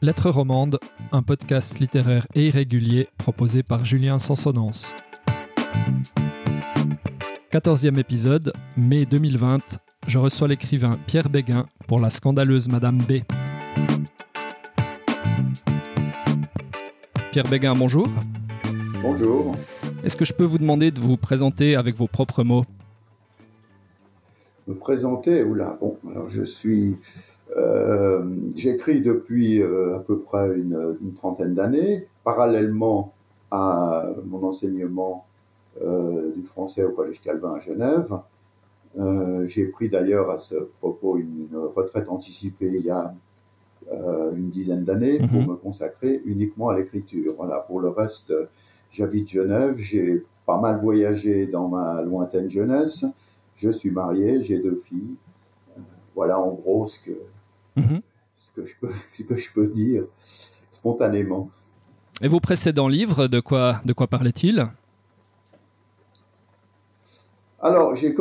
Lettres romandes, un podcast littéraire et irrégulier proposé par Julien Sansonance. 14e épisode, mai 2020, je reçois l'écrivain Pierre Béguin pour la scandaleuse Madame B. Pierre Béguin, bonjour. Bonjour. Est-ce que je peux vous demander de vous présenter avec vos propres mots ? Me présenter, oula, bon, alors j'écris depuis à peu près une trentaine d'années, parallèlement à mon enseignement du français au Collège Calvin à Genève. J'ai pris d'ailleurs à ce propos une retraite anticipée il y a une dizaine d'années pour me consacrer uniquement à l'écriture. Voilà, pour le reste, j'habite Genève, j'ai pas mal voyagé dans ma lointaine jeunesse, je suis marié, j'ai 2 filles. Voilà en gros ce que je peux dire spontanément. Et vos précédents livres, de quoi parlaient-ils ? Alors, j'ai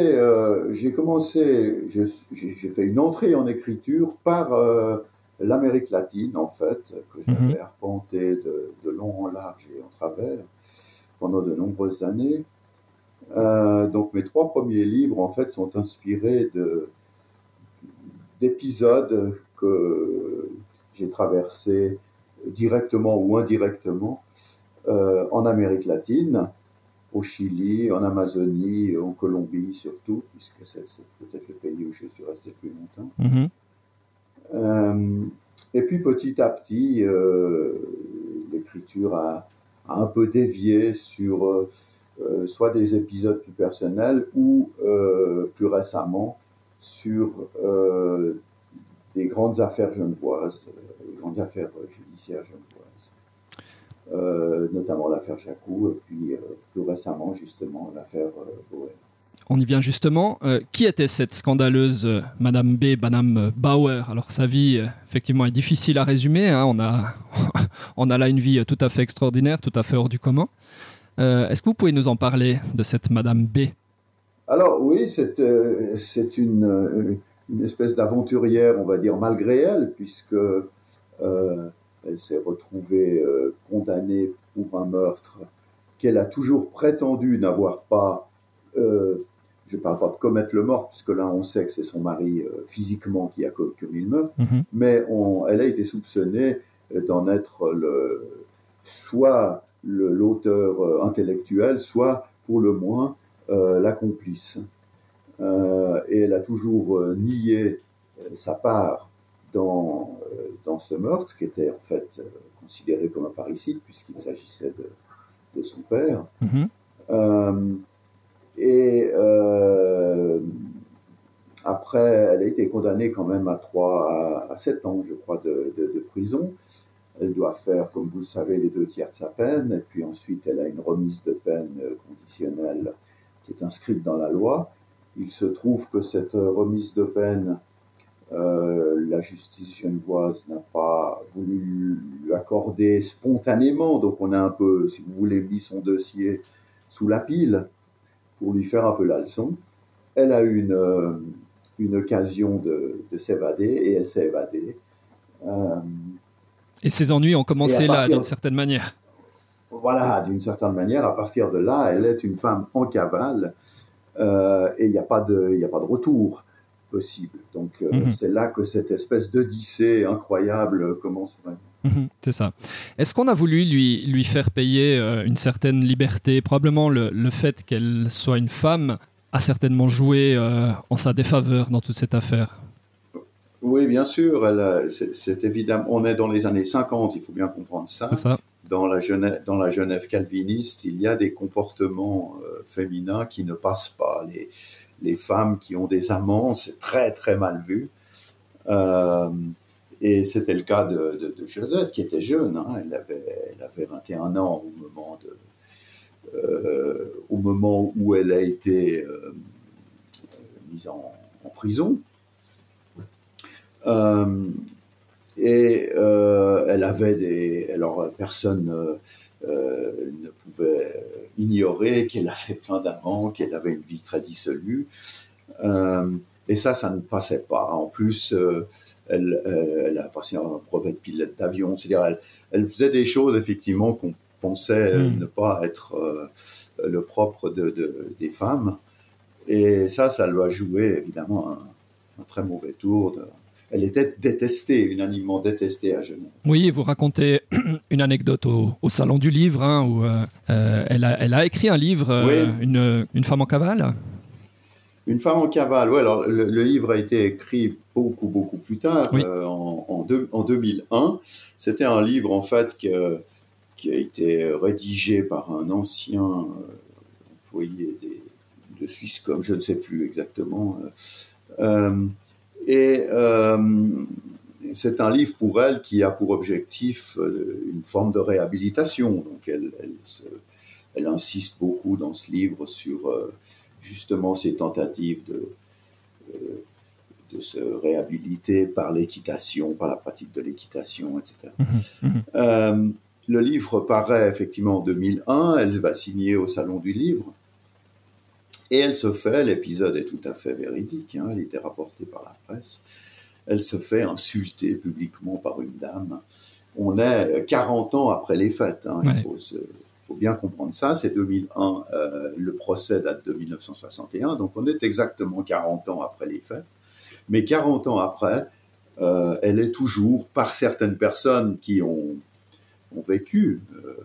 fait une entrée en écriture par l'Amérique latine, en fait, que j'avais arpenté de long en large et en travers pendant de nombreuses années. Donc, mes 3 premiers livres, en fait, sont inspirés d'épisodes que j'ai traversés directement ou indirectement en Amérique latine, au Chili, en Amazonie, en Colombie surtout, puisque c'est peut-être le pays où je suis resté le plus longtemps. Et puis petit à petit, l'écriture a un peu dévié sur soit des épisodes plus personnels ou plus récemment sur des grandes affaires genevoises, des grandes affaires judiciaires genevoises. Notamment l'affaire Jacou et puis plus récemment justement l'affaire Bauer. On y vient justement. Qui était cette scandaleuse Madame B, Madame Bauer ? Alors sa vie effectivement est difficile à résumer, hein. On a là une vie tout à fait extraordinaire, tout à fait hors du commun. Est-ce que vous pouvez nous en parler de cette Madame B ? Alors oui, c'est une espèce d'aventurière, on va dire, malgré elle, puisque elle s'est retrouvée condamnée pour un meurtre qu'elle a toujours prétendu n'avoir pas, je ne parle pas de commettre le meurtre, puisque là on sait que c'est son mari physiquement qui a commis le meurtre, mais elle a été soupçonnée d'en être soit l'auteur intellectuel, soit pour le moins la complice. Et elle a toujours nié sa part dans ce meurtre, qui était en fait considéré comme un parricide, puisqu'il s'agissait de son père. Après, elle a été condamnée quand même à 7 ans, je crois, de prison. Elle doit faire, comme vous le savez, les 2 tiers de sa peine, et puis ensuite elle a une remise de peine conditionnelle qui est inscrite dans la loi. Il se trouve que cette remise de peine, la justice genevoise n'a pas voulu lui accorder spontanément, donc on a un peu, si vous voulez, mis son dossier sous la pile pour lui faire un peu la leçon. Elle a eu une occasion de s'évader, et elle s'est évadée. Et ses ennuis ont commencé là, d'une certaine manière. Voilà, d'une certaine manière, à partir de là, elle est une femme en cavale, et il n'y a pas de retour possible. Donc c'est là que cette espèce d'odyssée incroyable commence vraiment. C'est ça. Est-ce qu'on a voulu lui faire payer une certaine liberté ? Probablement le fait qu'elle soit une femme a certainement joué en sa défaveur dans toute cette affaire. Oui, bien sûr. C'est évidemment. On est dans les années 50, il faut bien comprendre ça. C'est ça. Dans la Genève calviniste, il y a des comportements féminins qui ne passent pas. Les femmes qui ont des amants, c'est très très mal vu. Et c'était le cas de Josette, qui était jeune. Hein. Elle avait 21 ans au moment où elle a été mise en prison. Elle avait alors personne ne pouvait ignorer qu'elle avait plein d'amants, qu'elle avait une vie très dissolue. Et ça ne passait pas. En plus, elle a passé un brevet de pilote d'avion. C'est-à-dire, elle faisait des choses, effectivement, qu'on pensait ne pas être le propre des femmes. Et ça lui a joué, évidemment, un très mauvais tour. Elle était détestée, unanimement détestée à Genève. Oui, vous racontez une anecdote au Salon du Livre, hein, où elle a écrit un livre, une femme en cavale. Une femme en cavale, oui. Alors, le livre a été écrit beaucoup, beaucoup plus tard, oui. En 2001. C'était un livre, en fait, qui a été rédigé par un ancien employé de Swisscom, je ne sais plus exactement. C'est un livre pour elle qui a pour objectif une forme de réhabilitation. Donc, elle insiste beaucoup dans ce livre sur justement ces tentatives de se réhabiliter par l'équitation, par la pratique de l'équitation, etc. Le livre paraît effectivement en 2001, elle va signer au Salon du Livre, et elle se fait, l'épisode est tout à fait véridique, hein, elle était rapportée par la presse, elle se fait insulter publiquement par une dame. On est 40 ans après les faits, hein, il faut bien comprendre ça, c'est 2001, le procès date de 1961, donc on est exactement 40 ans après les faits, mais 40 ans après, elle est toujours, par certaines personnes qui ont vécu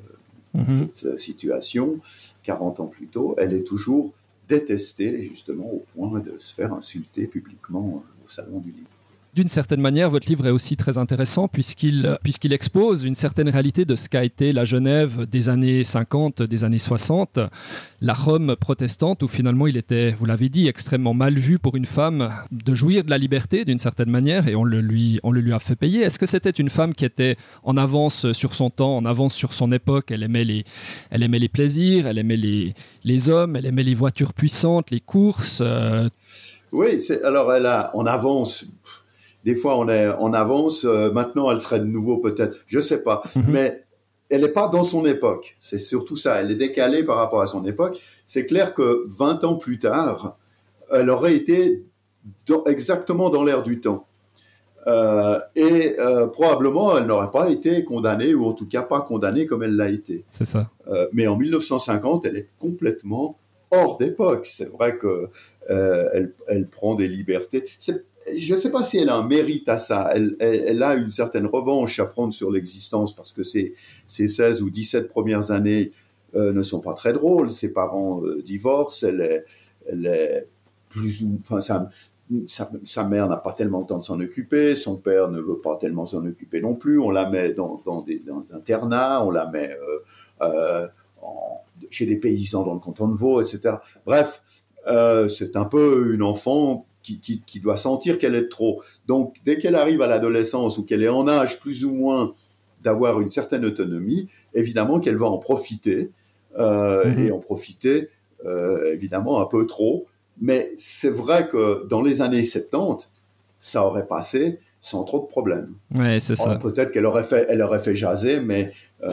cette situation 40 ans plus tôt, elle est toujours détestée, justement, au point de se faire insulter publiquement au Salon du Livre. D'une certaine manière, votre livre est aussi très intéressant puisqu'il expose une certaine réalité de ce qu'a été la Genève des années 50, des années 60, la Rome protestante, où finalement il était, vous l'avez dit, extrêmement mal vu pour une femme de jouir de la liberté d'une certaine manière, et on le lui a fait payer. Est-ce que c'était une femme qui était en avance sur son temps, en avance sur son époque? Elle aimait les plaisirs, elle aimait les hommes, elle aimait les voitures puissantes, les courses. Oui, alors elle a en avance. Des fois, on est en avance. Maintenant, elle serait de nouveau peut-être, je sais pas. Mais elle n'est pas dans son époque. C'est surtout ça. Elle est décalée par rapport à son époque. C'est clair que 20 ans plus tard, elle aurait été exactement dans l'air du temps. Probablement, elle n'aurait pas été condamnée, ou en tout cas pas condamnée comme elle l'a été. C'est ça. Mais en 1950, elle est complètement hors d'époque. C'est vrai que elle prend des libertés. Je ne sais pas si elle a un mérite à ça. Elle a une certaine revanche à prendre sur l'existence, parce que ses 16 ou 17 premières années ne sont pas très drôles. Ses parents divorcent. Elle est plus ou... Enfin, sa mère n'a pas tellement le temps de s'en occuper. Son père ne veut pas tellement s'en occuper non plus. On la met dans des internats. On la met chez des paysans dans le canton de Vaud, etc. Bref, c'est un peu une enfant qui doit sentir qu'elle est trop. Donc, dès qu'elle arrive à l'adolescence, ou qu'elle est en âge plus ou moins d'avoir une certaine autonomie, évidemment qu'elle va en profiter, et en profiter évidemment un peu trop. Mais c'est vrai que dans les années 70, ça aurait passé sans trop de problèmes. Ouais, c'est ça. Peut-être qu'elle aurait fait jaser, mais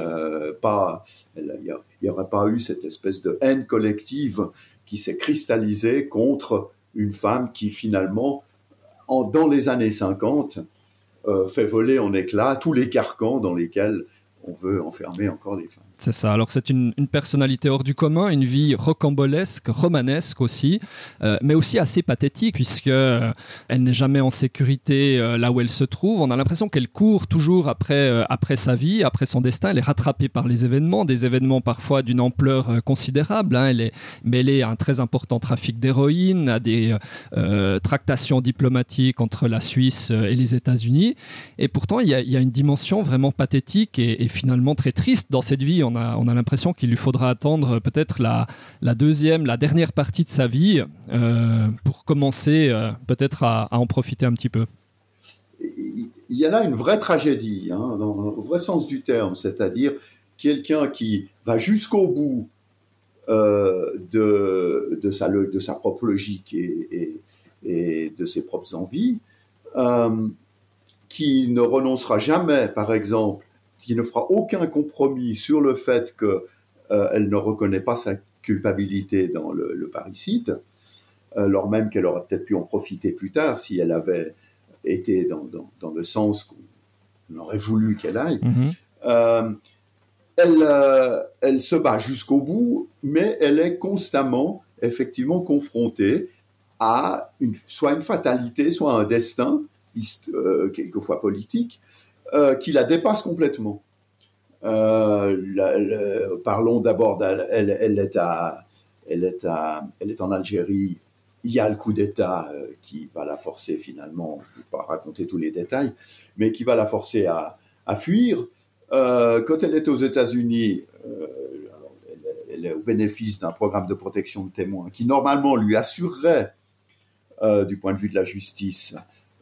il n'y aurait pas eu cette espèce de haine collective qui s'est cristallisée contre une femme qui, finalement, dans les années 50, fait voler en éclats tous les carcans dans lesquels on veut enfermer encore les femmes. C'est ça. Alors, c'est une personnalité hors du commun, une vie rocambolesque, romanesque aussi, mais aussi assez pathétique, puisque elle n'est jamais en sécurité là où elle se trouve. On a l'impression qu'elle court toujours après sa vie, après son destin. Elle est rattrapée par les événements, des événements parfois d'une ampleur considérable. Elle est mêlée à un très important trafic d'héroïne, à des tractations diplomatiques entre la Suisse et les États-Unis. Et pourtant, il y a une dimension vraiment pathétique et finalement très triste dans cette vie. On a l'impression qu'il lui faudra attendre peut-être la dernière partie de sa vie pour commencer peut-être à en profiter un petit peu. Il y a là une vraie tragédie, hein, au vrai sens du terme, c'est-à-dire quelqu'un qui va jusqu'au bout de sa propre logique et de ses propres envies, qui ne renoncera jamais, par exemple, qui ne fera aucun compromis sur le fait qu'elle ne reconnaît pas sa culpabilité dans le parricide, alors même qu'elle aurait peut-être pu en profiter plus tard si elle avait été dans le sens qu'on aurait voulu qu'elle aille. Elle se bat jusqu'au bout, mais elle est constamment, effectivement, confrontée à soit une fatalité, soit un destin, quelquefois politique, qui la dépasse complètement. Parlons d'abord elle est en Algérie. Il y a le coup d'État qui va la forcer finalement, je ne vais pas raconter tous les détails, mais qui va la forcer à fuir. Quand elle est aux États-Unis, elle est au bénéfice d'un programme de protection de témoins qui normalement lui assurerait, du point de vue de la justice,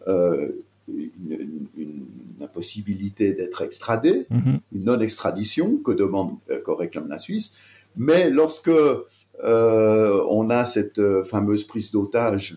la possibilité d'être extradée, une non-extradition que réclame la Suisse. Mais lorsque on a cette fameuse prise d'otage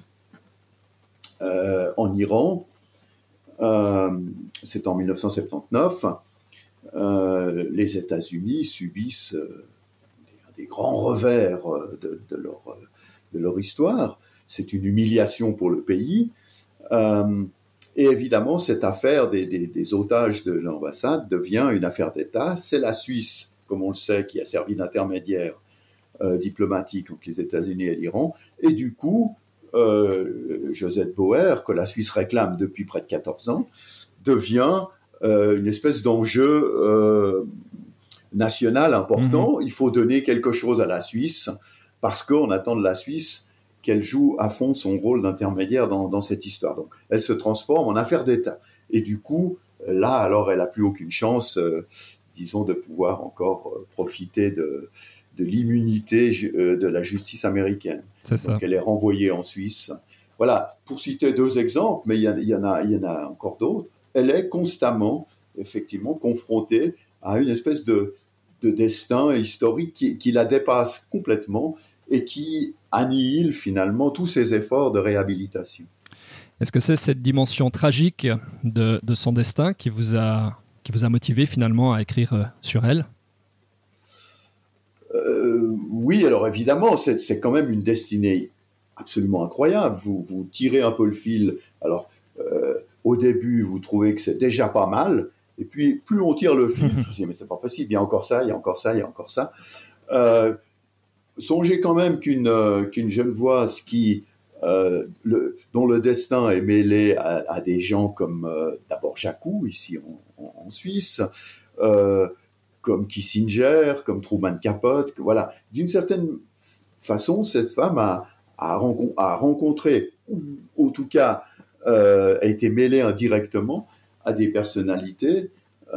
en Iran, c'est en 1979, les États-Unis subissent des grands revers de leur histoire. C'est une humiliation pour le pays. Et évidemment, cette affaire des otages de l'ambassade devient une affaire d'État. C'est la Suisse, comme on le sait, qui a servi d'intermédiaire diplomatique entre les États-Unis et l'Iran. Et du coup, Josette Bauer, que la Suisse réclame depuis près de 14 ans, devient une espèce d'enjeu national important. Il faut donner quelque chose à la Suisse parce qu'on attend de la Suisse qu'elle joue à fond son rôle d'intermédiaire dans cette histoire. Donc, elle se transforme en affaire d'État. Et du coup, là, alors, elle n'a plus aucune chance, disons, de pouvoir encore profiter de l'immunité de la justice américaine. C'est ça. Donc, elle est renvoyée en Suisse. Voilà, pour citer 2 exemples, mais il y en a encore d'autres. Elle est constamment, effectivement, confrontée à une espèce de destin historique qui la dépasse complètement et qui annihile finalement tous ses efforts de réhabilitation. Est-ce que c'est cette dimension tragique de son destin qui vous a motivé finalement à écrire sur elle ? Oui, alors évidemment, c'est quand même une destinée absolument incroyable. Vous tirez un peu le fil. Alors, au début, vous trouvez que c'est déjà pas mal. Et puis, plus on tire le fil, vous vous dites, mais c'est pas possible, il y a encore ça, il y a encore ça, il y a encore ça. Songez quand même qu'une Genevoise dont le destin est mêlé à des gens comme d'abord Jacou, ici en Suisse, comme Kissinger, comme Truman Capote, voilà. D'une certaine façon, cette femme a rencontré, ou en tout cas a été mêlée indirectement à des personnalités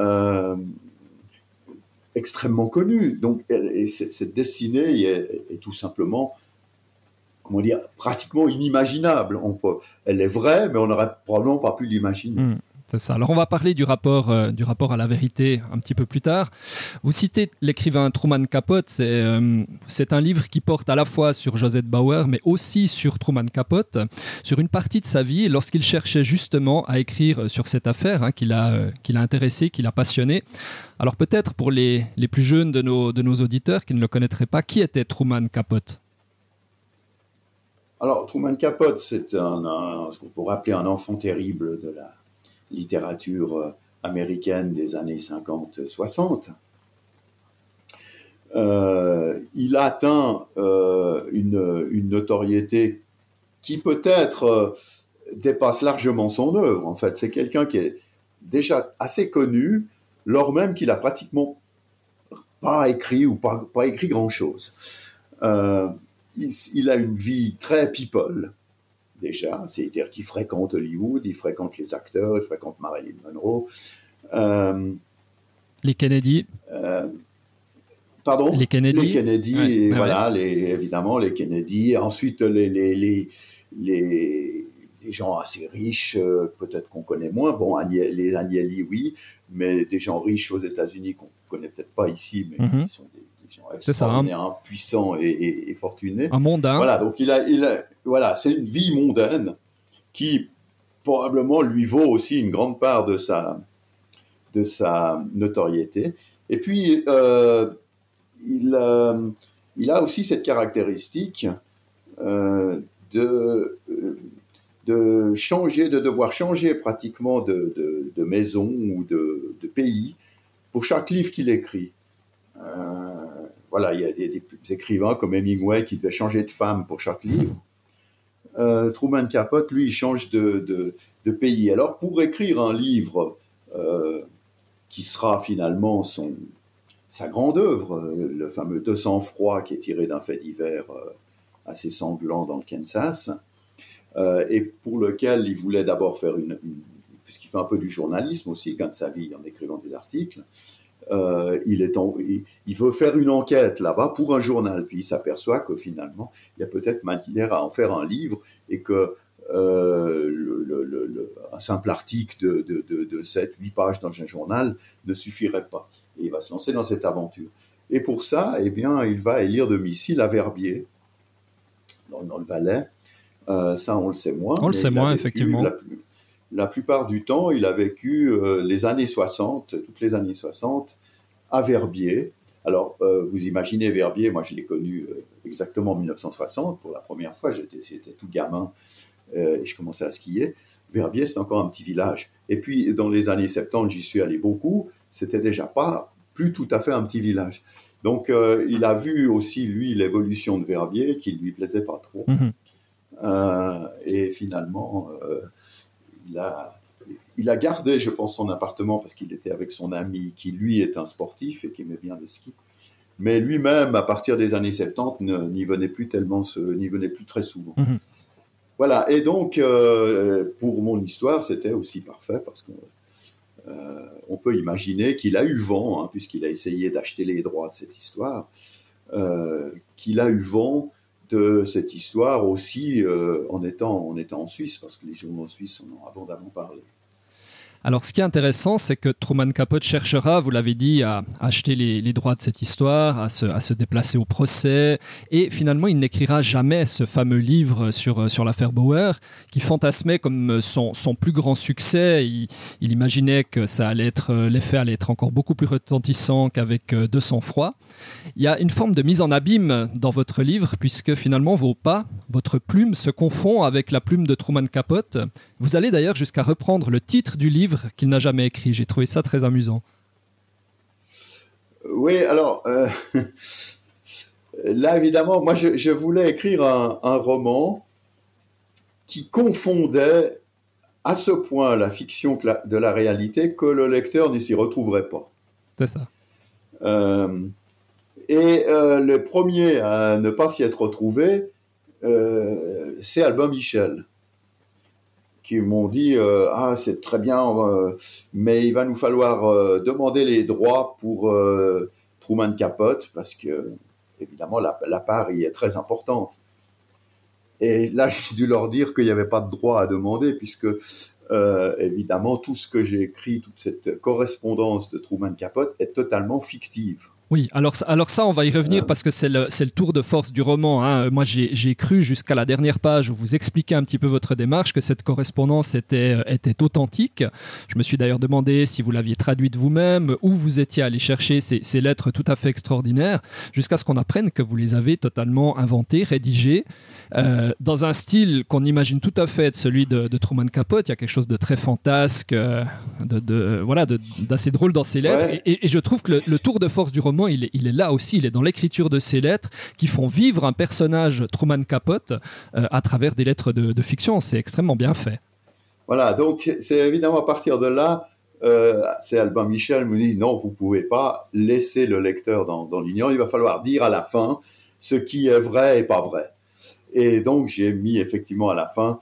extrêmement connues. Donc, cette destinée est tout simplement, comment dire, pratiquement inimaginable. Elle est vraie, mais on n'aurait probablement pas pu l'imaginer. C'est ça. Alors on va parler du rapport à la vérité un petit peu plus tard. Vous citez l'écrivain Truman Capote, c'est un livre qui porte à la fois sur Josette Bauer, mais aussi sur Truman Capote, sur une partie de sa vie, lorsqu'il cherchait justement à écrire sur cette affaire qui l'a intéressé, qui l'a passionné. Alors peut-être pour les plus jeunes de nos auditeurs qui ne le connaîtraient pas, qui était Truman Capote ? Alors Truman Capote, c'est ce qu'on pourrait appeler un enfant terrible de la littérature américaine des années 50-60. Il a atteint une notoriété qui peut-être dépasse largement son œuvre. En fait, c'est quelqu'un qui est déjà assez connu, lors même qu'il a pratiquement pas écrit ou pas écrit grand-chose. Il a une vie très people. Déjà, c'est-à-dire qu'il fréquente Hollywood, il fréquente les acteurs, il fréquente Marilyn Monroe. Les Kennedy. Pardon ? Les Kennedy. Les Kennedy, ouais. Et voilà, évidemment, les Kennedy. Ensuite, les gens assez riches, peut-être qu'on connaît moins. Bon, les Agnelli, oui, mais des gens riches aux États-Unis qu'on ne connaît peut-être pas ici, mais qui sont des gens extraordinaires, puissants et fortunés. Un mondain. Voilà, donc voilà, c'est une vie mondaine qui probablement lui vaut aussi une grande part de sa notoriété. Et puis, il a aussi cette caractéristique de de devoir changer pratiquement de maison ou de pays pour chaque livre qu'il écrit. Voilà, il y a des écrivains comme Hemingway qui devaient changer de femme pour chaque livre. Truman Capote, lui, il change de pays. Alors, pour écrire un livre qui sera finalement sa grande œuvre, le fameux 200 froid qui est tiré d'un fait divers assez sanglant dans le Kansas, et pour lequel il voulait d'abord faire puisqu'il fait un peu du journalisme aussi, il gagne sa vie en écrivant des articles, il veut faire une enquête là-bas pour un journal, puis il s'aperçoit que finalement, il y a peut-être manière à en faire un livre et que un simple article de 7-8 pages dans un journal ne suffirait pas. Et il va se lancer dans cette aventure. Et pour ça, eh bien, il va élire domicile à Verbier, dans le Valais. Ça, on le sait moins. On le sait moins, effectivement. La plupart du temps, il a vécu les années 60, toutes les années 60, à Verbier. Alors, vous imaginez Verbier, moi je l'ai connu exactement en 1960, pour la première fois, j'étais tout gamin et je commençais à skier. Verbier, c'est encore un petit village. Et puis, dans les années 70, j'y suis allé beaucoup, c'était déjà plus tout à fait un petit village. Donc, il a vu aussi, lui, l'évolution de Verbier, qui ne lui plaisait pas trop. Et finalement... Il a gardé, je pense, son appartement parce qu'il était avec son ami qui, lui, est un sportif et qui aimait bien le ski. Mais lui-même, à partir des années 70, n'y venait plus très souvent. Voilà. Et donc, pour mon histoire, c'était aussi parfait parce qu'on peut imaginer qu'il a eu vent, puisqu'il a essayé d'acheter les droits de cette histoire, qu'il a eu vent de cette histoire aussi en étant en Suisse, parce que les journaux suisses en ont abondamment parlé. Alors, ce qui est intéressant, c'est que Truman Capote cherchera, vous l'avez dit, à acheter les droits de cette histoire, à se déplacer au procès, et finalement, il n'écrira jamais ce fameux livre sur l'affaire Bauer, qui fantasmait comme son plus grand succès. Il imaginait que l'effet allait être encore beaucoup plus retentissant qu'avec 200 froid. Il y a une forme de mise en abîme dans votre livre, puisque finalement, votre plume se confond avec la plume de Truman Capote. Vous allez d'ailleurs jusqu'à reprendre le titre du livre qu'il n'a jamais écrit. J'ai trouvé ça très amusant. Oui, alors, là, évidemment, moi, je voulais écrire un roman qui confondait à ce point la fiction de la réalité que le lecteur ne s'y retrouverait pas. C'est ça. Le premier à ne pas s'y être retrouvé, c'est Albin Michel, qui m'ont dit c'est très bien, mais il va nous falloir demander les droits pour Truman Capote parce que évidemment la part y est très importante. Et là j'ai dû leur dire qu'il n'y avait pas de droit à demander puisque évidemment tout ce que j'ai écrit, toute cette correspondance de Truman Capote est totalement fictive. Oui, alors ça, on va y revenir parce que c'est le tour de force du roman. Moi, j'ai cru jusqu'à la dernière page où vous expliquez un petit peu votre démarche que cette correspondance était authentique. Je me suis d'ailleurs demandé si vous l'aviez traduite vous-même, où vous étiez allé chercher ces lettres tout à fait extraordinaires, jusqu'à ce qu'on apprenne que vous les avez totalement inventées, rédigées, dans un style qu'on imagine tout à fait être celui de Truman Capote. Il y a quelque chose de très fantasque, d'assez drôle dans ces lettres. Ouais. Et je trouve que le tour de force du roman, il est là aussi, il est dans l'écriture de ces lettres qui font vivre un personnage Truman Capote à travers des lettres de fiction. C'est extrêmement bien fait. Voilà, donc c'est évidemment à partir de là, c'est Albin Michel me dit non, vous pouvez pas laisser le lecteur dans l'ignorance, il va falloir dire à la fin ce qui est vrai et pas vrai. Et donc j'ai mis effectivement à la fin,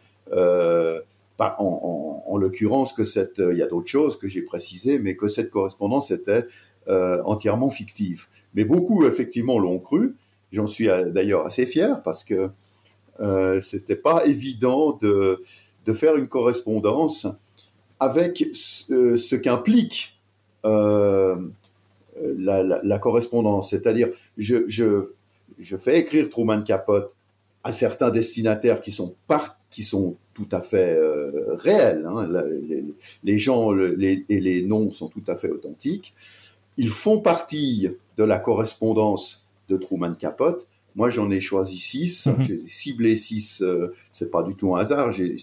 en l'occurrence que il y a d'autres choses que j'ai précisées, mais que cette correspondance était entièrement fictive. Mais beaucoup, effectivement, l'ont cru. J'en suis d'ailleurs assez fier parce que c'était pas évident de faire une correspondance avec ce qu'implique la correspondance. C'est-à-dire, je fais écrire Truman Capote à certains destinataires qui sont tout à fait réels. Les gens et les noms sont tout à fait authentiques. Ils font partie de la correspondance de Truman Capote, Moi, j'en ai choisi 6. J'ai ciblé 6. C'est pas du tout un hasard. J'ai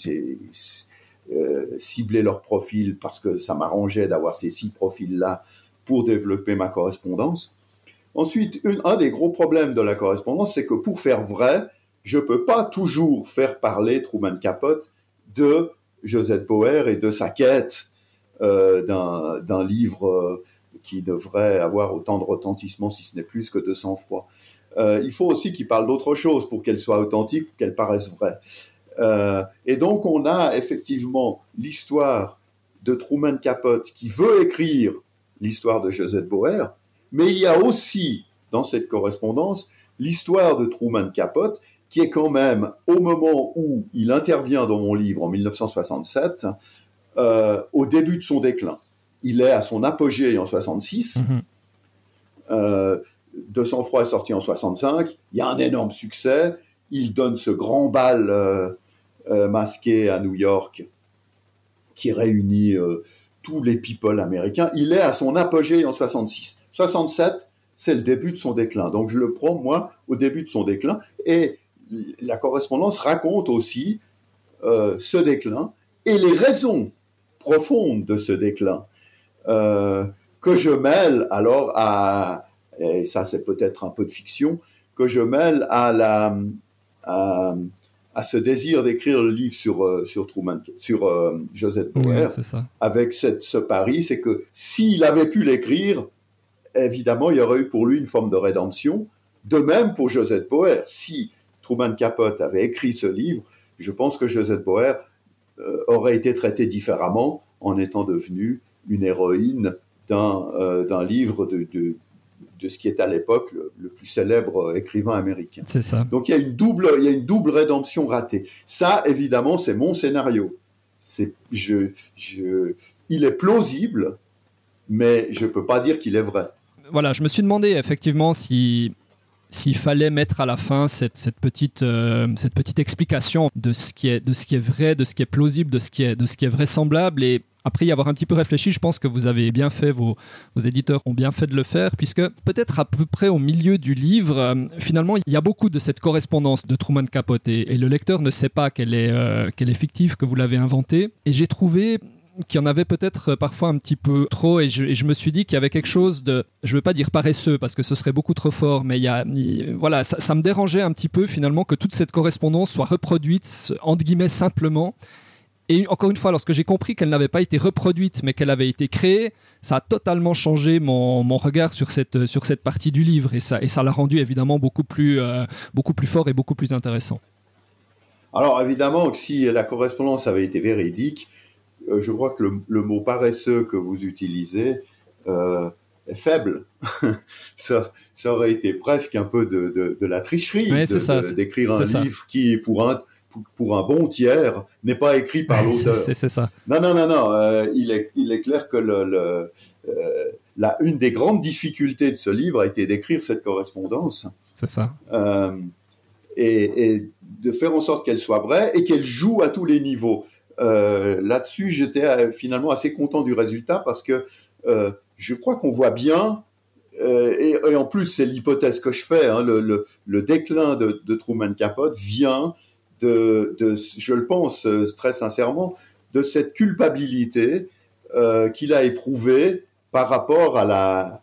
ciblé leur profil parce que ça m'arrangeait d'avoir ces 6 profils-là pour développer ma correspondance. Ensuite, un des gros problèmes de la correspondance, c'est que pour faire vrai, je peux pas toujours faire parler Truman Capote de Josette Bauer et de sa quête d'un livre qui devrait avoir autant de retentissement, si ce n'est plus que de sang-froid. Il faut aussi qu'il parle d'autre chose pour qu'elle soit authentique, pour qu'elle paraisse vraie. Et donc, on a effectivement l'histoire de Truman Capote qui veut écrire l'histoire de Josette Bauer, mais il y a aussi, dans cette correspondance, l'histoire de Truman Capote qui est quand même, au moment où il intervient dans mon livre en 1967, au début de son déclin. Il est à son apogée en 66. De sang-froid est sorti en 65. Il y a un énorme succès. Il donne ce grand bal masqué à New York qui réunit tous les people américains. Il est à son apogée en 66. 67, c'est le début de son déclin. Donc je le prends, moi, au début de son déclin. Et la correspondance raconte aussi ce déclin et les raisons profondes de ce déclin que je mêle alors à, et ça c'est peut-être un peu de fiction, que je mêle à ce désir d'écrire le livre sur Josette Bauer, avec ce pari, c'est que s'il avait pu l'écrire, évidemment il y aurait eu pour lui une forme de rédemption. De même pour Josette Bauer, si Truman Capote avait écrit ce livre, je pense que Josette Bauer aurait été traitée différemment en étant devenue une héroïne d'un livre de ce qui est à l'époque le plus célèbre écrivain américain. C'est ça. Donc il y a une double rédemption ratée. Ça, évidemment, c'est mon scénario. Il est plausible, mais je peux pas dire qu'il est vrai. Voilà, je me suis demandé effectivement s'il fallait mettre à la fin cette petite explication de ce qui est vrai, de ce qui est plausible, de ce qui est vraisemblable. Et après y avoir un petit peu réfléchi, je pense que vous avez bien fait, vos éditeurs ont bien fait de le faire, puisque peut-être à peu près au milieu du livre, finalement, il y a beaucoup de cette correspondance de Truman Capote et le lecteur ne sait pas qu'elle est fictive, que vous l'avez inventée. Et j'ai trouvé qu'il y en avait peut-être parfois un petit peu trop, et je me suis dit qu'il y avait quelque chose de, je ne veux pas dire paresseux parce que ce serait beaucoup trop fort, mais voilà, ça me dérangeait un petit peu finalement que toute cette correspondance soit reproduite entre guillemets simplement. Et encore une fois, lorsque j'ai compris qu'elle n'avait pas été reproduite mais qu'elle avait été créée, ça a totalement changé mon regard sur cette partie du livre, et ça l'a rendu évidemment beaucoup plus fort et beaucoup plus intéressant. Alors évidemment que si la correspondance avait été véridique, je crois que le mot paresseux que vous utilisez est faible. ça aurait été presque un peu de la tricherie, d'écrire un livre qui, pour un bon tiers, n'est pas écrit par l'auteur. C'est ça. Non. Il est clair que une des grandes difficultés de ce livre a été d'écrire cette correspondance. C'est ça. Et de faire en sorte qu'elle soit vraie et qu'elle joue à tous les niveaux. Là-dessus, j'étais finalement assez content du résultat parce que je crois qu'on voit bien, et en plus c'est l'hypothèse que je fais, hein, le déclin de Truman Capote vient je le pense très sincèrement, de cette culpabilité qu'il a éprouvée par rapport à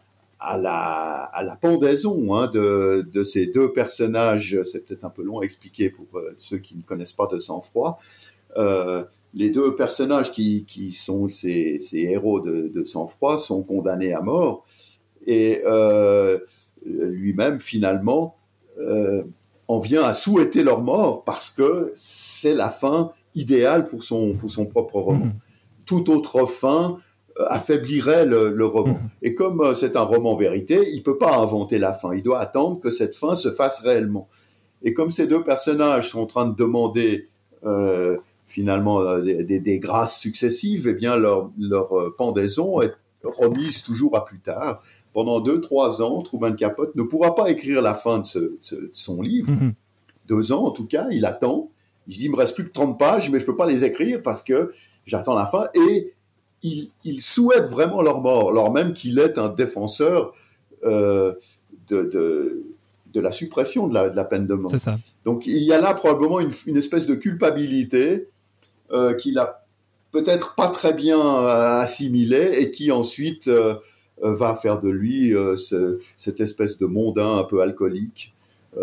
la pendaison de ces deux personnages. C'est peut-être un peu long à expliquer pour ceux qui ne connaissent pas de sang-froid. Les deux personnages qui sont ces héros de sang-froid sont condamnés à mort, et lui-même finalement en vient à souhaiter leur mort parce que c'est la fin idéale pour son propre roman. Toute autre fin affaiblirait le roman. Et comme c'est un roman vérité, il peut pas inventer la fin. Il doit attendre que cette fin se fasse réellement. Et comme ces deux personnages sont en train de demander finalement des grâces successives, eh bien leur pendaison est remise toujours à plus tard. Pendant 2-3 ans, Truman Capote ne pourra pas écrire la fin de son livre. 2 ans, en tout cas, il attend. Il se dit, il me reste plus que 30 pages, mais je peux pas les écrire parce que j'attends la fin. Et il souhaite vraiment leur mort, alors même qu'il est un défenseur de de la suppression de la peine de mort. C'est ça. Donc il y a là probablement une espèce de culpabilité qu'il a peut-être pas très bien assimilée et qui ensuite va faire de lui cette espèce de mondain un peu alcoolique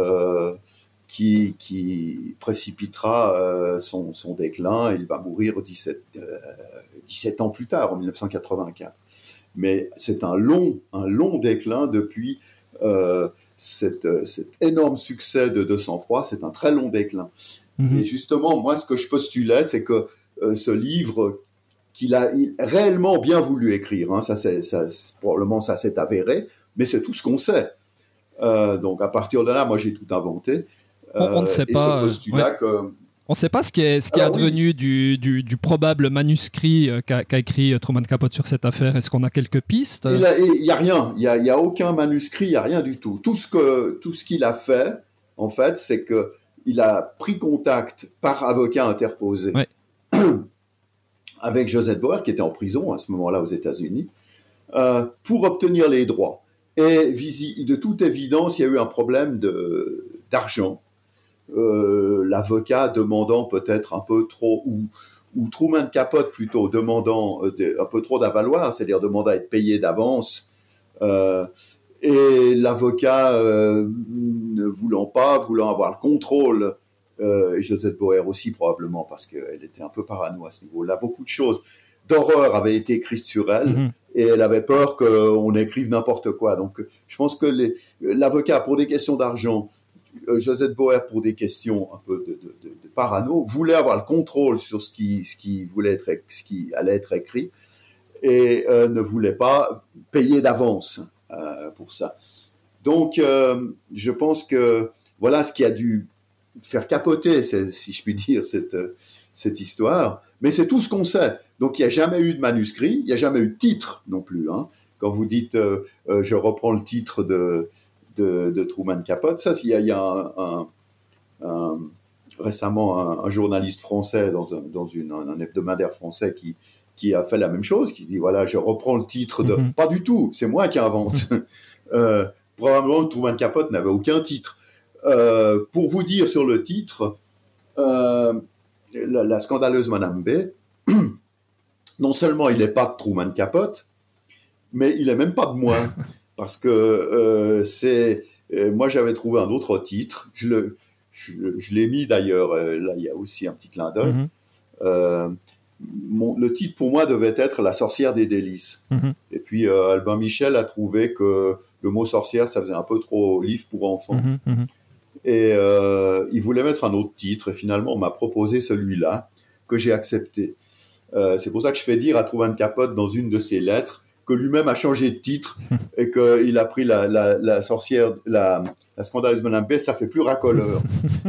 qui précipitera son déclin. Il va mourir 17 ans plus tard, en 1984. Mais c'est un long déclin depuis cet énorme succès de Sang-Froid. C'est un très long déclin. Et justement, moi, ce que je postulais, c'est que ce livre qu'il a réellement bien voulu écrire, hein, probablement ça s'est avéré, mais c'est tout ce qu'on sait. Donc à partir de là, moi j'ai tout inventé. On ne sait pas. Ce postulat que on ne sait pas ce qui est advenu du probable manuscrit qu'a écrit Truman Capote sur cette affaire. Est-ce qu'on a quelques pistes ? Il n'y a rien. Il y a aucun manuscrit, il n'y a rien du tout. Tout ce qu'il a fait, en fait, c'est qu'il a pris contact par avocat interposé avec Joseph Bauer, qui était en prison à ce moment-là aux États-Unis, pour obtenir les droits. Et de toute évidence, il y a eu un problème d'argent. L'avocat demandant peut-être un peu trop, ou Truman Capote plutôt, demandant un peu trop d'avaloir, c'est-à-dire demandant à être payé d'avance, et l'avocat ne voulant avoir le contrôle, et Joseph Bauer aussi probablement, parce qu'elle était un peu parano à ce niveau-là. Beaucoup de choses d'horreur avaient été écrites sur elle, et elle avait peur qu'on écrive n'importe quoi. Donc je pense que l'avocat, pour des questions d'argent, Joseph Bauer, pour des questions un peu de parano, voulait avoir le contrôle sur ce qui allait être écrit et ne voulait pas payer d'avance pour ça. Donc, je pense que voilà ce qui a dû faire capoter, si je puis dire, cette histoire. Mais c'est tout ce qu'on sait. Donc, il n'y a jamais eu de manuscrit, il n'y a jamais eu de titre non plus. Hein. Quand vous dites, je reprends le titre de Truman Capote. Ça, il y a récemment un journaliste français dans un hebdomadaire français qui a fait la même chose, qui dit voilà, je reprends le titre de... Pas du tout, c'est moi qui invente. Probablement, Truman Capote n'avait aucun titre. Pour vous dire sur le titre, la scandaleuse Madame B, non seulement il n'est pas de Truman Capote, mais il n'est même pas de moi. Parce que moi j'avais trouvé un autre titre, je l'ai mis d'ailleurs, là il y a aussi un petit clin d'œil. Le titre pour moi devait être La sorcière des délices. Et puis Albin Michel a trouvé que le mot sorcière ça faisait un peu trop livre pour enfants. Et il voulait mettre un autre titre et finalement on m'a proposé celui-là que j'ai accepté. C'est pour ça que je fais dire à Truman Capote dans une de ses lettres que lui-même a changé de titre et qu'il a pris la sorcière, la scandaleuse Madame B, ça fait plus racoleur.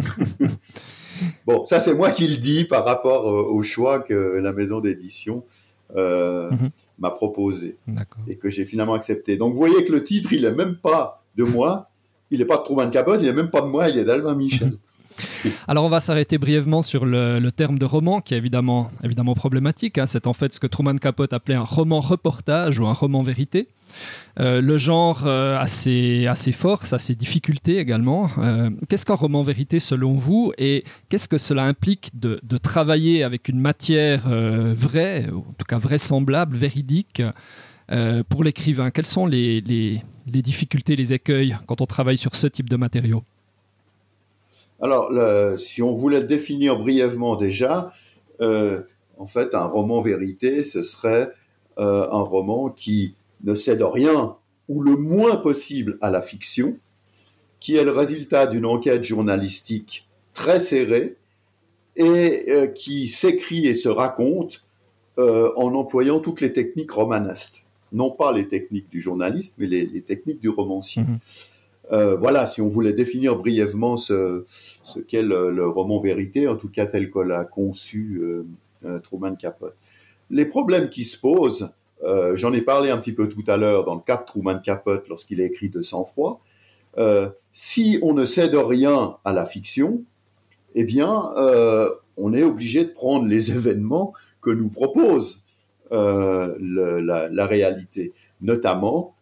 Bon, ça c'est moi qui le dis par rapport au choix que la maison d'édition m'a proposé. D'accord. Et que j'ai finalement accepté. Donc vous voyez que le titre, il n'est même pas de moi, il n'est pas de Truman Capote, il n'est même pas de moi, il est d'Albin Michel. Alors on va s'arrêter brièvement sur le terme de roman qui est évidemment problématique. Hein. C'est en fait ce que Truman Capote appelait un roman reportage ou un roman vérité. Le genre a ses forces, a ses difficultés également. Qu'est-ce qu'un roman vérité selon vous et qu'est-ce que cela implique de travailler avec une matière vraie, en tout cas vraisemblable, véridique pour l'écrivain? Quelles sont les difficultés, les écueils quand on travaille sur ce type de matériau? Alors, si on voulait le définir brièvement déjà, en fait, un roman vérité, ce serait un roman qui ne cède rien ou le moins possible à la fiction, qui est le résultat d'une enquête journalistique très serrée et qui s'écrit et se raconte en employant toutes les techniques romanesques. Non pas les techniques du journaliste, mais les techniques du romancier. Voilà, si on voulait définir brièvement ce qu'est le roman vérité, en tout cas tel que l'a conçu Truman Capote. Les problèmes qui se posent, j'en ai parlé un petit peu tout à l'heure dans le cas de Truman Capote lorsqu'il a écrit De sang-froid, si on ne cède rien à la fiction, eh bien, on est obligé de prendre les événements que nous propose la réalité, notamment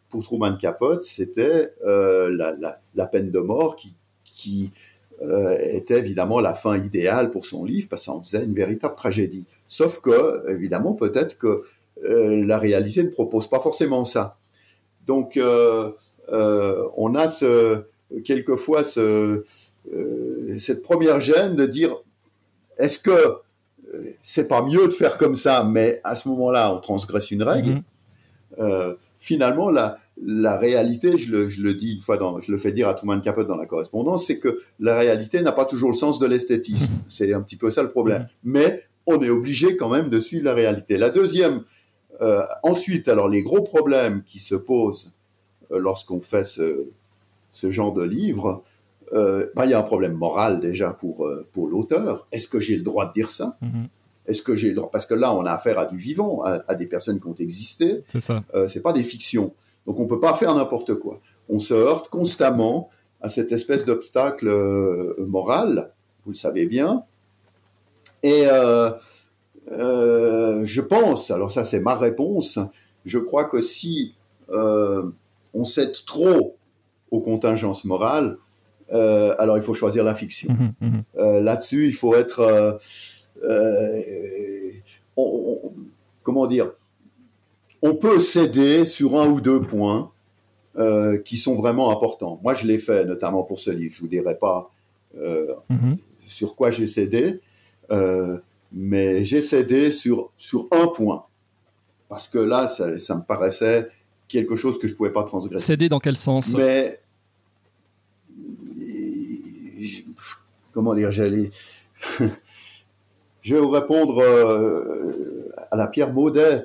pour Truman Capote, c'était la peine de mort qui était évidemment la fin idéale pour son livre, parce que ça en faisait une véritable tragédie. Sauf que, évidemment, peut-être que la réalité ne propose pas forcément ça. Donc, on a quelquefois cette première gêne de dire, est-ce que c'est pas mieux de faire comme ça, mais à ce moment-là, on transgresse une règle. Finalement, la réalité, je le dis une fois, je le fais dire à Truman Capote dans la correspondance, c'est que la réalité n'a pas toujours le sens de l'esthétisme. C'est un petit peu ça le problème. Mais on est obligé quand même de suivre la réalité. La deuxième, ensuite, alors les gros problèmes qui se posent lorsqu'on fait ce genre de livre, il y a un problème moral déjà pour l'auteur. Est-ce que j'ai le droit de dire ça ? Est-ce que j'ai le droit ? Parce que là, on a affaire à du vivant, à des personnes qui ont existé. C'est ça. C'est pas des fictions. Donc, on peut pas faire n'importe quoi. On se heurte constamment à cette espèce d'obstacle moral, vous le savez bien. Et je pense, alors ça c'est ma réponse, je crois que si on cède trop aux contingences morales, alors il faut choisir la fiction. Là-dessus, il faut être... comment dire ? On peut céder sur un ou deux points qui sont vraiment importants. Moi, je l'ai fait, notamment pour ce livre. Je vous dirai pas sur quoi j'ai cédé, mais j'ai cédé sur un point. Parce que là, ça me paraissait quelque chose que je pouvais pas transgresser. Céder dans quel sens ? Mais... comment dire, je vais vous répondre à la Pierre Maudet.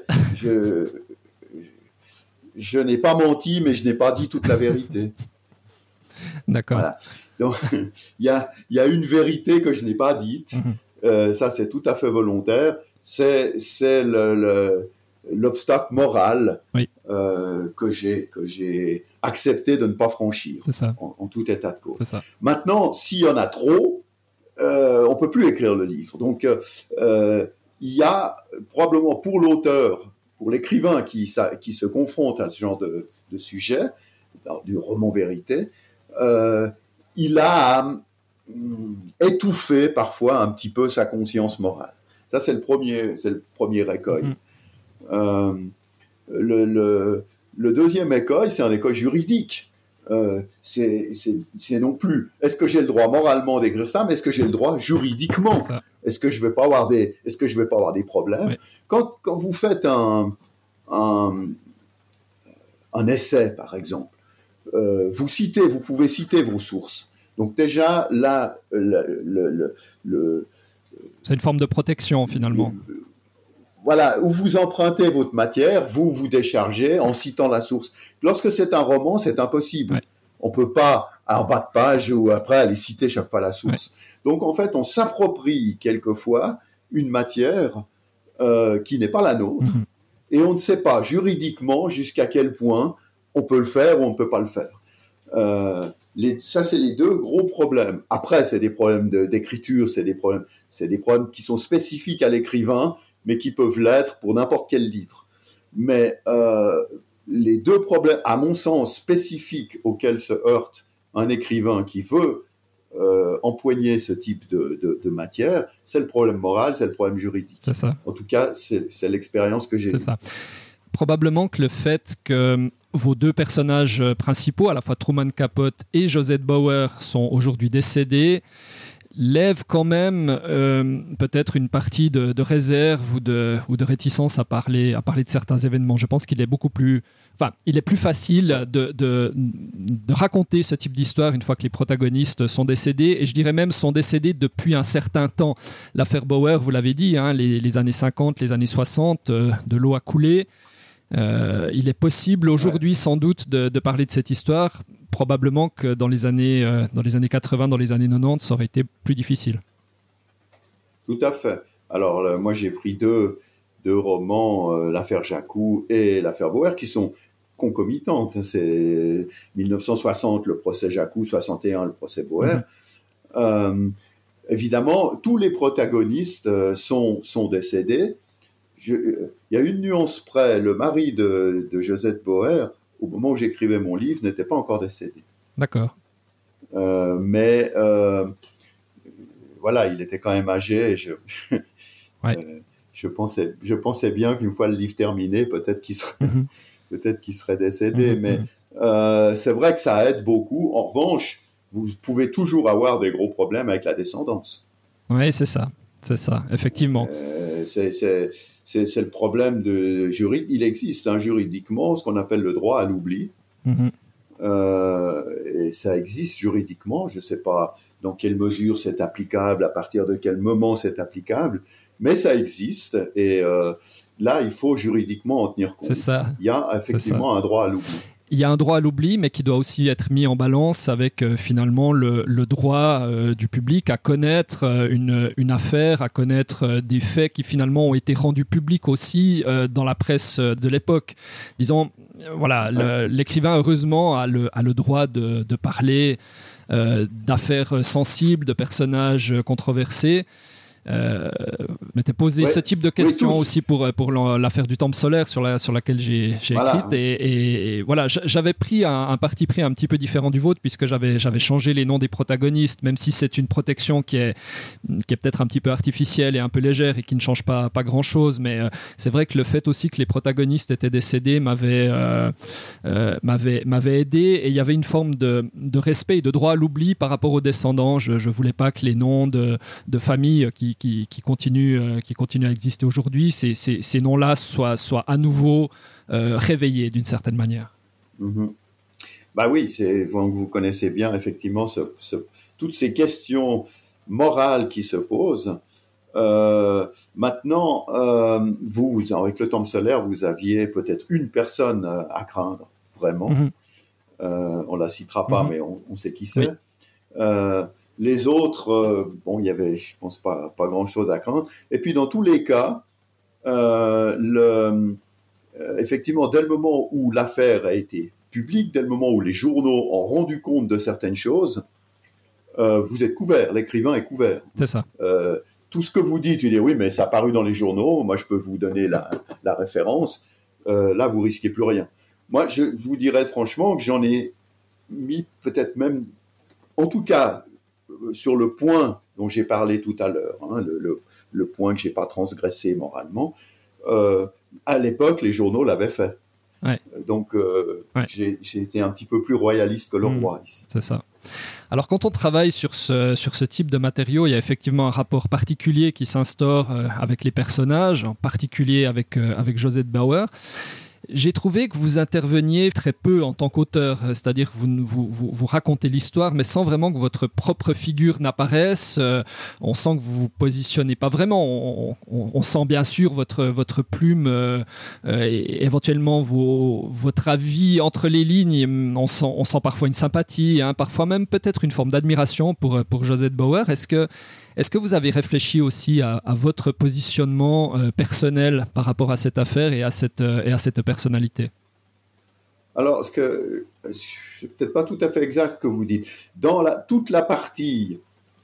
Je n'ai pas menti, mais je n'ai pas dit toute la vérité. D'accord. Voilà. Donc, il y a une vérité que je n'ai pas dite. Ça, c'est tout à fait volontaire. C'est l'obstacle moral que j'ai accepté de ne pas franchir. C'est ça. En tout état de cause. C'est ça. Maintenant, s'il y en a trop, on peut plus écrire le livre. Donc, il y a probablement pour l'auteur, pour l'écrivain qui se confronte à ce genre de sujet, du roman vérité, il a à étouffer parfois un petit peu sa conscience morale. Ça, c'est le premier écueil. Le deuxième écueil, c'est un écueil juridique. C'est non plus est-ce que j'ai le droit moralement d'écrire ça, mais est-ce que j'ai le droit juridiquement ? Est-ce que je vais pas avoir des problèmes ? Oui. Quand vous faites un essai, par exemple, vous pouvez citer vos sources. Donc déjà là, c'est une forme de protection finalement. Voilà, où vous empruntez votre matière, vous déchargez en citant la source. Lorsque c'est un roman, c'est impossible. On peut pas, en bas de page ou après, aller citer chaque fois la source. Donc, en fait, on s'approprie quelquefois une matière qui n'est pas la nôtre et on ne sait pas juridiquement jusqu'à quel point on peut le faire ou on ne peut pas le faire. Ça, c'est les deux gros problèmes. Après, c'est des problèmes d'écriture, c'est des problèmes qui sont spécifiques à l'écrivain, mais qui peuvent l'être pour n'importe quel livre. Mais les deux problèmes, à mon sens, spécifiques auxquels se heurte un écrivain qui veut empoigner ce type de matière, c'est le problème moral, c'est le problème juridique. C'est ça. En tout cas, c'est l'expérience que j'ai eue. C'est ça. Probablement que le fait que vos deux personnages principaux, à la fois Truman Capote et Josette Bauer, sont aujourd'hui décédés, lève quand même peut-être une partie de réserve ou de réticence à parler de certains événements. Je pense qu'il est il est plus facile de raconter ce type d'histoire une fois que les protagonistes sont décédés, et je dirais même sont décédés depuis un certain temps. L'affaire Bauer, vous l'avez dit, les années 50, les années 60, de l'eau a coulé. Il est possible aujourd'hui sans doute de parler de cette histoire. Probablement que dans les années 80, dans les années 90, ça aurait été plus difficile. Tout à fait. Alors moi j'ai pris deux romans, l'affaire Jacou et l'affaire Bauer, qui sont concomitantes. C'est 1960 le procès Jacou, 61 le procès Bauer. Évidemment, tous les protagonistes sont décédés. Il y a une nuance près. Le mari de Josette Bauer, au moment où j'écrivais mon livre, n'était pas encore décédé. D'accord. Mais voilà, il était quand même âgé et Ouais. je pensais bien qu'une fois le livre terminé, Mhm. peut-être qu'il serait décédé. Mhm. Mais Mhm. c'est vrai que ça aide beaucoup. En revanche, vous pouvez toujours avoir des gros problèmes avec la descendance. Oui, c'est ça. C'est ça, effectivement. C'est le problème de juridique. Il existe juridiquement ce qu'on appelle le droit à l'oubli. Mhm. Et ça existe juridiquement. Je ne sais pas dans quelle mesure c'est applicable, à partir de quel moment c'est applicable, mais ça existe. Et là, il faut juridiquement en tenir C'est compte. ça. Il y a C'est ça. effectivement un droit à l'oubli. Il y a un droit à l'oubli, mais qui doit aussi être mis en balance avec finalement le droit du public à connaître une affaire, à connaître des faits qui finalement ont été rendus publics aussi dans la presse de l'époque. Disons, voilà, l'écrivain, heureusement, a le droit de parler d'affaires sensibles, de personnages controversés. M'était posé ce type de questions aussi pour l'affaire du temple solaire sur laquelle j'ai écrite et voilà, j'avais pris un parti pris un petit peu différent du vôtre puisque j'avais changé les noms des protagonistes, même si c'est une protection qui est peut-être un petit peu artificielle et un peu légère et qui ne change pas grand chose, mais c'est vrai que le fait aussi que les protagonistes étaient décédés m'avait aidé, et il y avait une forme de respect et de droit à l'oubli par rapport aux descendants. Je voulais pas que les noms de famille qui continuent à exister aujourd'hui, ces noms-là soient à nouveau réveillés d'une certaine manière. Mm-hmm. Bah oui, vous connaissez bien effectivement toutes ces questions morales qui se posent. Maintenant, vous, avec le temple solaire, vous aviez peut-être une personne à craindre, vraiment. Mm-hmm. On la citera pas, Mm-hmm. mais on sait qui c'est. Oui. Les autres, bon, il y avait, je pense pas grand-chose à craindre. Et puis dans tous les cas, effectivement, dès le moment où l'affaire a été publique, dès le moment où les journaux ont rendu compte de certaines choses, vous êtes couvert, l'écrivain est couvert. C'est ça. Tout ce que vous dites, il dit oui, mais ça a paru dans les journaux, moi je peux vous donner la référence, là vous risquez plus rien. Moi, je vous dirais franchement que j'en ai mis peut-être même, en tout cas, sur le point dont j'ai parlé tout à l'heure, hein, le point que j'ai pas transgressé moralement, à l'époque, les journaux l'avaient fait. Ouais. Donc, Ouais. j'ai été un petit peu plus royaliste que le roi ici. C'est ça. Alors, quand on travaille sur ce type de matériaux, il y a effectivement un rapport particulier qui s'instaure avec les personnages, en particulier avec Josette Bauer. J'ai trouvé que vous interveniez très peu en tant qu'auteur, c'est-à-dire que vous racontez l'histoire, mais sans vraiment que votre propre figure n'apparaisse. On sent que vous vous positionnez pas vraiment. On sent bien sûr votre plume et éventuellement votre avis entre les lignes. On sent parfois une sympathie, hein, parfois même peut-être une forme d'admiration pour Josette Bauer. Est-ce que vous avez réfléchi aussi à votre positionnement personnel par rapport à cette affaire et à cette personnalité? Alors, c'est peut-être pas tout à fait exact ce que vous dites. Dans toute la partie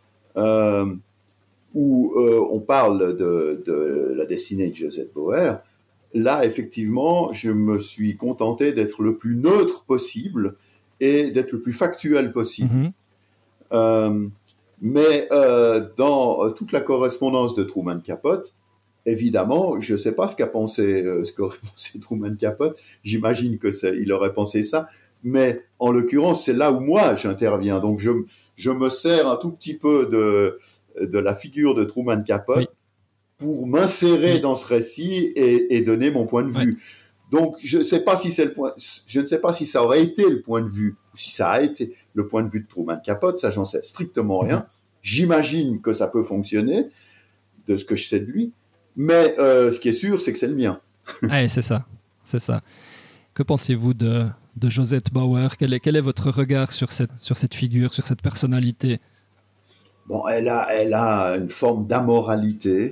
où on parle de la destinée de Josette Bauer, là, effectivement, je me suis contenté d'être le plus neutre possible et d'être le plus factuel possible. Mm-hmm. Mais dans toute la correspondance de Truman Capote, évidemment, je ne sais pas ce qu'aurait pensé Truman Capote. J'imagine il aurait pensé ça. Mais en l'occurrence, c'est là où moi j'interviens. Donc je me sers un tout petit peu de la figure de Truman Capote pour m'insérer dans ce récit et donner mon point de vue. Donc je ne sais pas si ça aurait été le point de vue, ou si ça a été le point de vue de Truman Capote, ça j'en sais strictement rien. J'imagine que ça peut fonctionner, de ce que je sais de lui, mais ce qui est sûr, c'est que c'est le mien. Ouais, c'est ça. Que pensez-vous de Josette Bauer? Quel est votre regard sur cette figure, sur cette personnalité? Bon, elle a une forme d'amoralité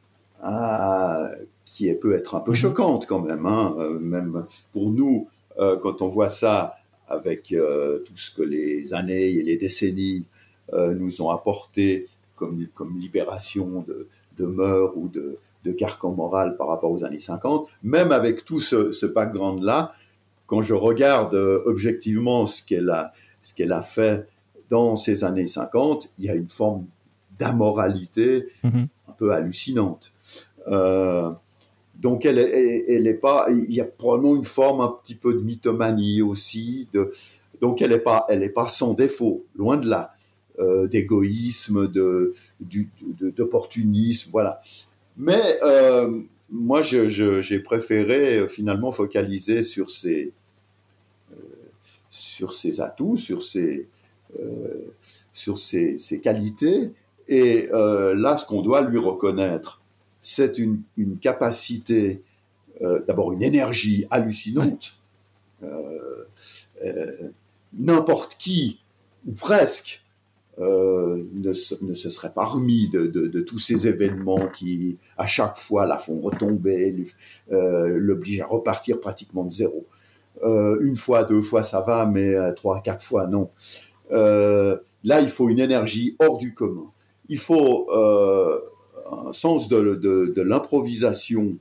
qui peut être un peu choquante quand même, hein. Même pour nous, quand on voit ça avec tout ce que les années et les décennies nous ont apporté comme libération de mœurs ou de carcan moral par rapport aux années 50, même avec tout ce background-là, quand je regarde objectivement ce qu'elle a fait dans ces années 50, il y a une forme d'amoralité un peu hallucinante. Donc elle est pas, il y a probablement une forme un petit peu de mythomanie aussi. Donc elle est pas sans défaut, loin de là, d'égoïsme, d'opportunisme, voilà. Mais moi, j'ai préféré finalement focaliser sur ses atouts, sur ses qualités. Et là, ce qu'on doit lui reconnaître, c'est une capacité, d'abord une énergie hallucinante. N'importe qui, ou presque, ne se serait pas remis de tous ces événements qui, à chaque fois, la font retomber, l'obligent à repartir pratiquement de zéro. Une fois, deux fois, ça va, mais trois, quatre fois, non. Là, il faut une énergie hors du commun. Il faut un sens de l'improvisation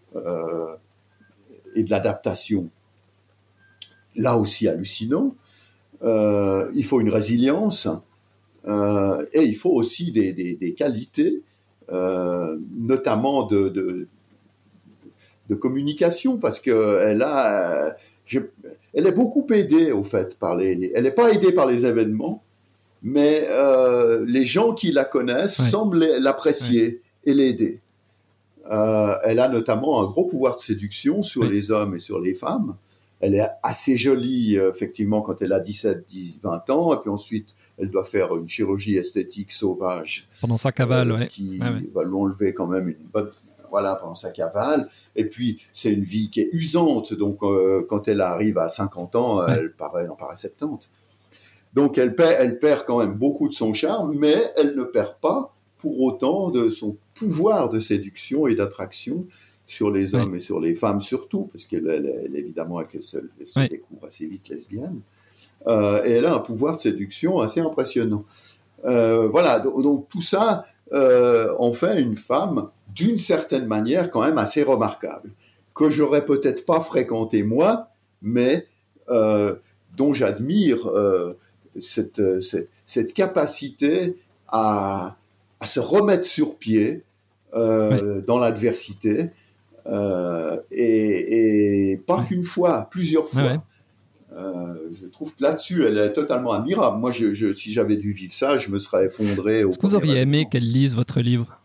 et de l'adaptation, là aussi hallucinant. Il faut une résilience et il faut aussi des qualités, notamment de communication, parce qu'elle elle est beaucoup aidée, au fait, elle n'est pas aidée par les événements, mais les gens qui la connaissent semblent l'apprécier et l'aider. Elle a notamment un gros pouvoir de séduction sur les hommes et sur les femmes. Elle est assez jolie, effectivement, quand elle a 17, 10, 20 ans, et puis ensuite, elle doit faire une chirurgie esthétique sauvage. Pendant sa cavale, qui va lui enlever quand même une bonne... Voilà, pendant sa cavale. Et puis, c'est une vie qui est usante, donc quand elle arrive à 50 ans, elle en paraît 70. Donc, elle perd quand même beaucoup de son charme, mais elle ne perd pas pour autant de son pouvoir de séduction et d'attraction sur les hommes et sur les femmes surtout, parce qu'elle évidemment, elle se découvre assez vite lesbienne. Et elle a un pouvoir de séduction assez impressionnant. Voilà, donc tout ça en fait une femme d'une certaine manière quand même assez remarquable, que j'aurais peut-être pas fréquentée moi, mais dont j'admire cette capacité à se remettre sur pied dans l'adversité, et pas qu'une fois, plusieurs fois. Je trouve que là-dessus, elle est totalement admirable. Moi, si j'avais dû vivre ça, je me serais effondré. Est-ce que vous auriez aimé qu'elle lise votre livre?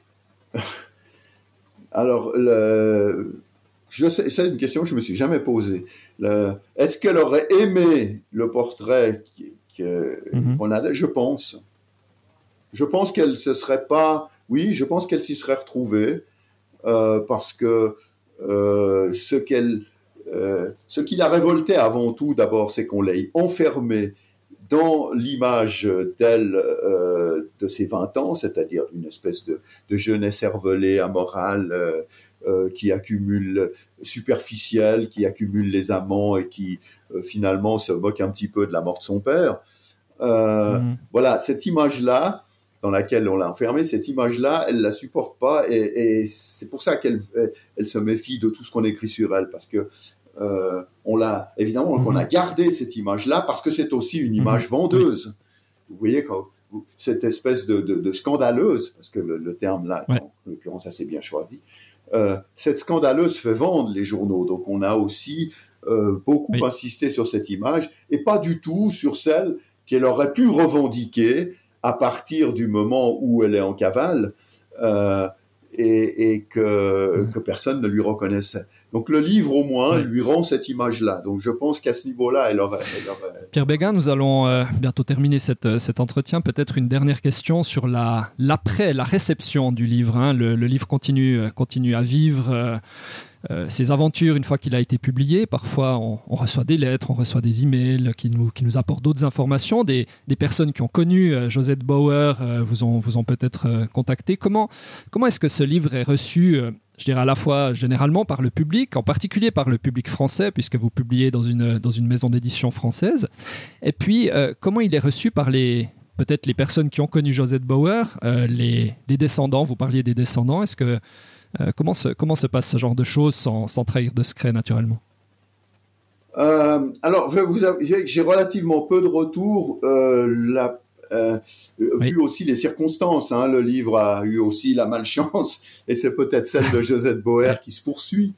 Alors, c'est une question que je me suis jamais posée. Est-ce qu'elle aurait aimé le portrait qu'on a? Je pense. Je pense qu'elle se serait pas... Oui, je pense qu'elle s'y serait retrouvée, parce que ce qui la révoltait avant tout, d'abord, c'est qu'on l'ait enfermée dans l'image d'elle de ses 20 ans, c'est-à-dire d'une espèce de jeunesse cervelée, amorale, qui accumule superficielle, qui accumule les amants et qui finalement se moque un petit peu de la mort de son père. Voilà, cette image-là, dans laquelle on l'a enfermée, cette image-là, elle la supporte pas, et c'est pour ça qu'elle se méfie de tout ce qu'on écrit sur elle, parce que on a gardé cette image-là parce que c'est aussi une image vendeuse. Vous voyez, cette espèce de scandaleuse, parce que le terme là, en l'occurrence, assez bien choisi, cette scandaleuse fait vendre les journaux. Donc on a aussi beaucoup insisté sur cette image, et pas du tout sur celle qu'elle aurait pu revendiquer à partir du moment où elle est en cavale, et que personne ne lui reconnaissait. Donc le livre, au moins, lui rend cette image-là. Donc je pense qu'à ce niveau-là, elle aurait... Pierre Béguin, nous allons bientôt terminer cet entretien. Peut-être une dernière question sur la réception du livre. Hein. Le livre continue à vivre ses aventures une fois qu'il a été publié. Parfois, on reçoit des lettres, on reçoit des emails qui nous apportent d'autres informations. Des personnes qui ont connu Josette Bauer vous ont peut-être contacté. Comment est-ce que ce livre est reçu, je dirais à la fois généralement par le public, en particulier par le public français, puisque vous publiez dans une maison d'édition française, et puis comment il est reçu par peut-être les personnes qui ont connu Josette Bauer, les descendants, vous parliez des descendants, est-ce que comment se passe ce genre de choses sans trahir de secret, naturellement? Alors, j'ai relativement peu de retours. Vu aussi les circonstances, hein, le livre a eu aussi la malchance, et c'est peut-être celle de Josette Bauer qui se poursuit,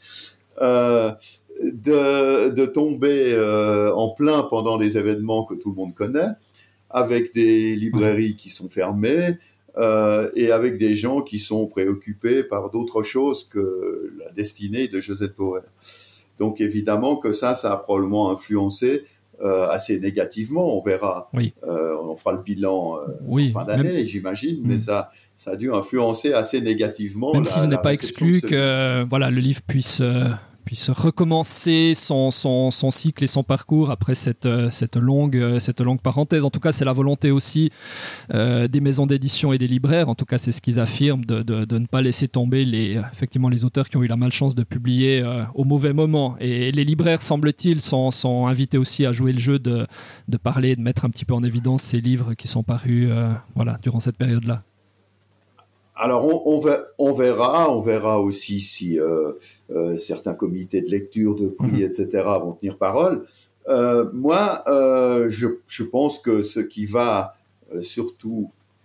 de tomber en plein pendant des événements que tout le monde connaît, avec des librairies qui sont fermées, et avec des gens qui sont préoccupés par d'autres choses que la destinée de Josette Bauer. Donc évidemment que ça a probablement influencé assez négativement. On verra, on fera le bilan en fin d'année, j'imagine, mais ça a dû influencer assez négativement. Même s'il n'est pas exclu que le livre puisse recommencer son cycle et son parcours après cette longue parenthèse. En tout cas, c'est la volonté aussi des maisons d'édition et des libraires. En tout cas, c'est ce qu'ils affirment, de ne pas laisser tomber effectivement les auteurs qui ont eu la malchance de publier au mauvais moment. Et les libraires, semble-t-il, sont invités aussi à jouer le jeu de parler, de mettre un petit peu en évidence ces livres qui sont parus durant cette période-là. Alors on verra aussi si certains comités de lecture, de prix, etc. vont tenir parole. Moi, je pense que ce qui va surtout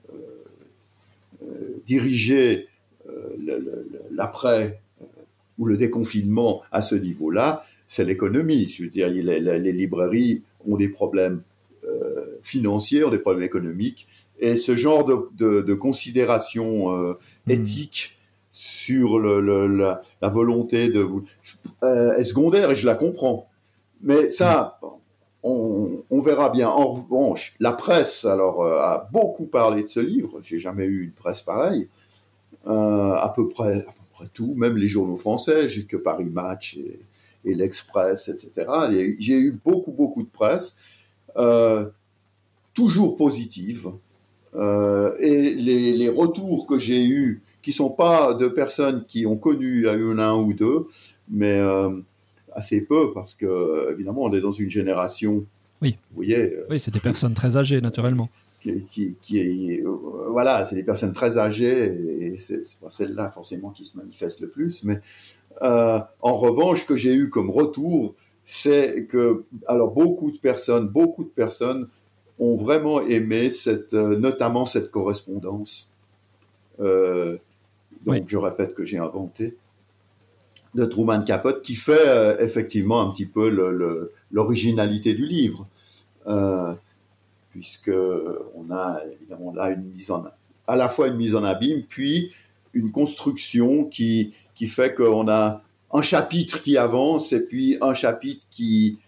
diriger l'après ou le déconfinement à ce niveau-là, c'est l'économie. Je veux dire, les librairies ont des problèmes financiers, ont des problèmes économiques. Et ce genre de considération éthique sur la volonté est secondaire, et je la comprends. Mais ça, on verra bien. En revanche, la presse a beaucoup parlé de ce livre. J'ai jamais eu une presse pareille. À peu près tout, même les journaux français, jusque Paris Match et l'Express, etc. J'ai eu beaucoup de presse, toujours positive. Et les retours que j'ai eus, qui sont pas de personnes qui ont connu un ou deux, mais assez peu, parce que évidemment on est dans une génération. Oui. Vous voyez. Oui, c'est des personnes très âgées, naturellement. C'est des personnes très âgées, et c'est pas celle-là forcément qui se manifeste le plus. Mais en revanche, ce que j'ai eu comme retour, c'est que beaucoup de personnes ont vraiment aimé notamment cette correspondance. Je répète que j'ai inventé, de Truman Capote, qui fait effectivement un petit peu l'originalité du livre, puisque on a évidemment là à la fois une mise en abîme, puis une construction qui fait qu'on a un chapitre qui avance et puis un chapitre qui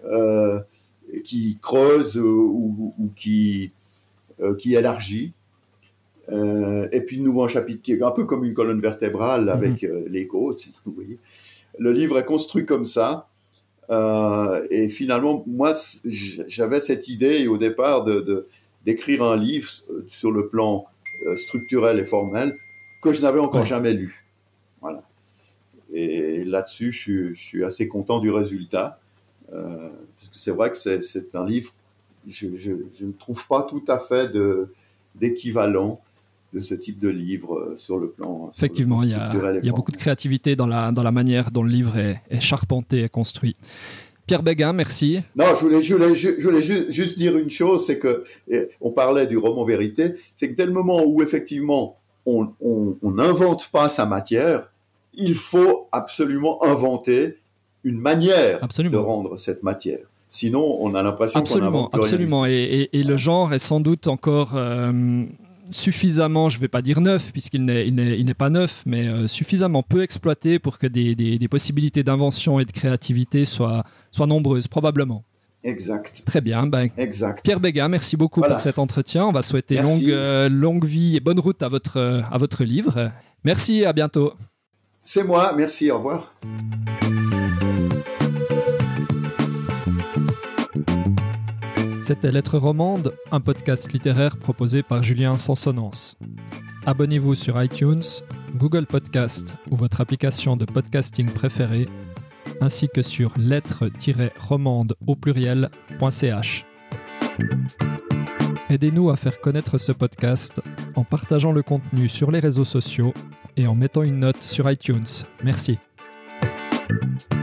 creuse ou qui élargit. Et puis de nouveau un chapitre qui est un peu comme une colonne vertébrale avec les côtes. Vous voyez. Le livre est construit comme ça. Et finalement, moi, j'avais cette idée au départ d'écrire un livre sur le plan structurel et formel que je n'avais encore jamais lu. Voilà. Et là-dessus, je suis assez content du résultat. Parce que c'est vrai que c'est un livre, je ne trouve pas tout à fait d'équivalent de ce type de livre sur le plan Effectivement, il y a beaucoup de créativité dans la manière dont le livre est charpenté et construit. Pierre Béguin, merci. Non, je voulais juste dire une chose, c'est que on parlait du roman vérité, c'est que dès le moment où effectivement on n'invente pas sa matière, il faut absolument inventer une manière de rendre cette matière. Sinon, on a l'impression qu'on n'invente plus rien. Absolument. Et le genre est sans doute encore suffisamment, je ne vais pas dire neuf, puisqu'il n'est pas neuf, mais suffisamment peu exploité pour que des possibilités d'invention et de créativité soient nombreuses, probablement. Exact. Très bien. Exact. Pierre Béguin, merci beaucoup pour cet entretien. On va souhaiter longue vie et bonne route à votre livre. Merci, à bientôt. C'est moi, merci, au revoir. C'était Lettres Romandes, un podcast littéraire proposé par Julien Sansonance. Abonnez-vous sur iTunes, Google Podcast ou votre application de podcasting préférée, ainsi que sur lettres-romandes au pluriel.ch. Aidez-nous à faire connaître ce podcast en partageant le contenu sur les réseaux sociaux et en mettant une note sur iTunes. Merci.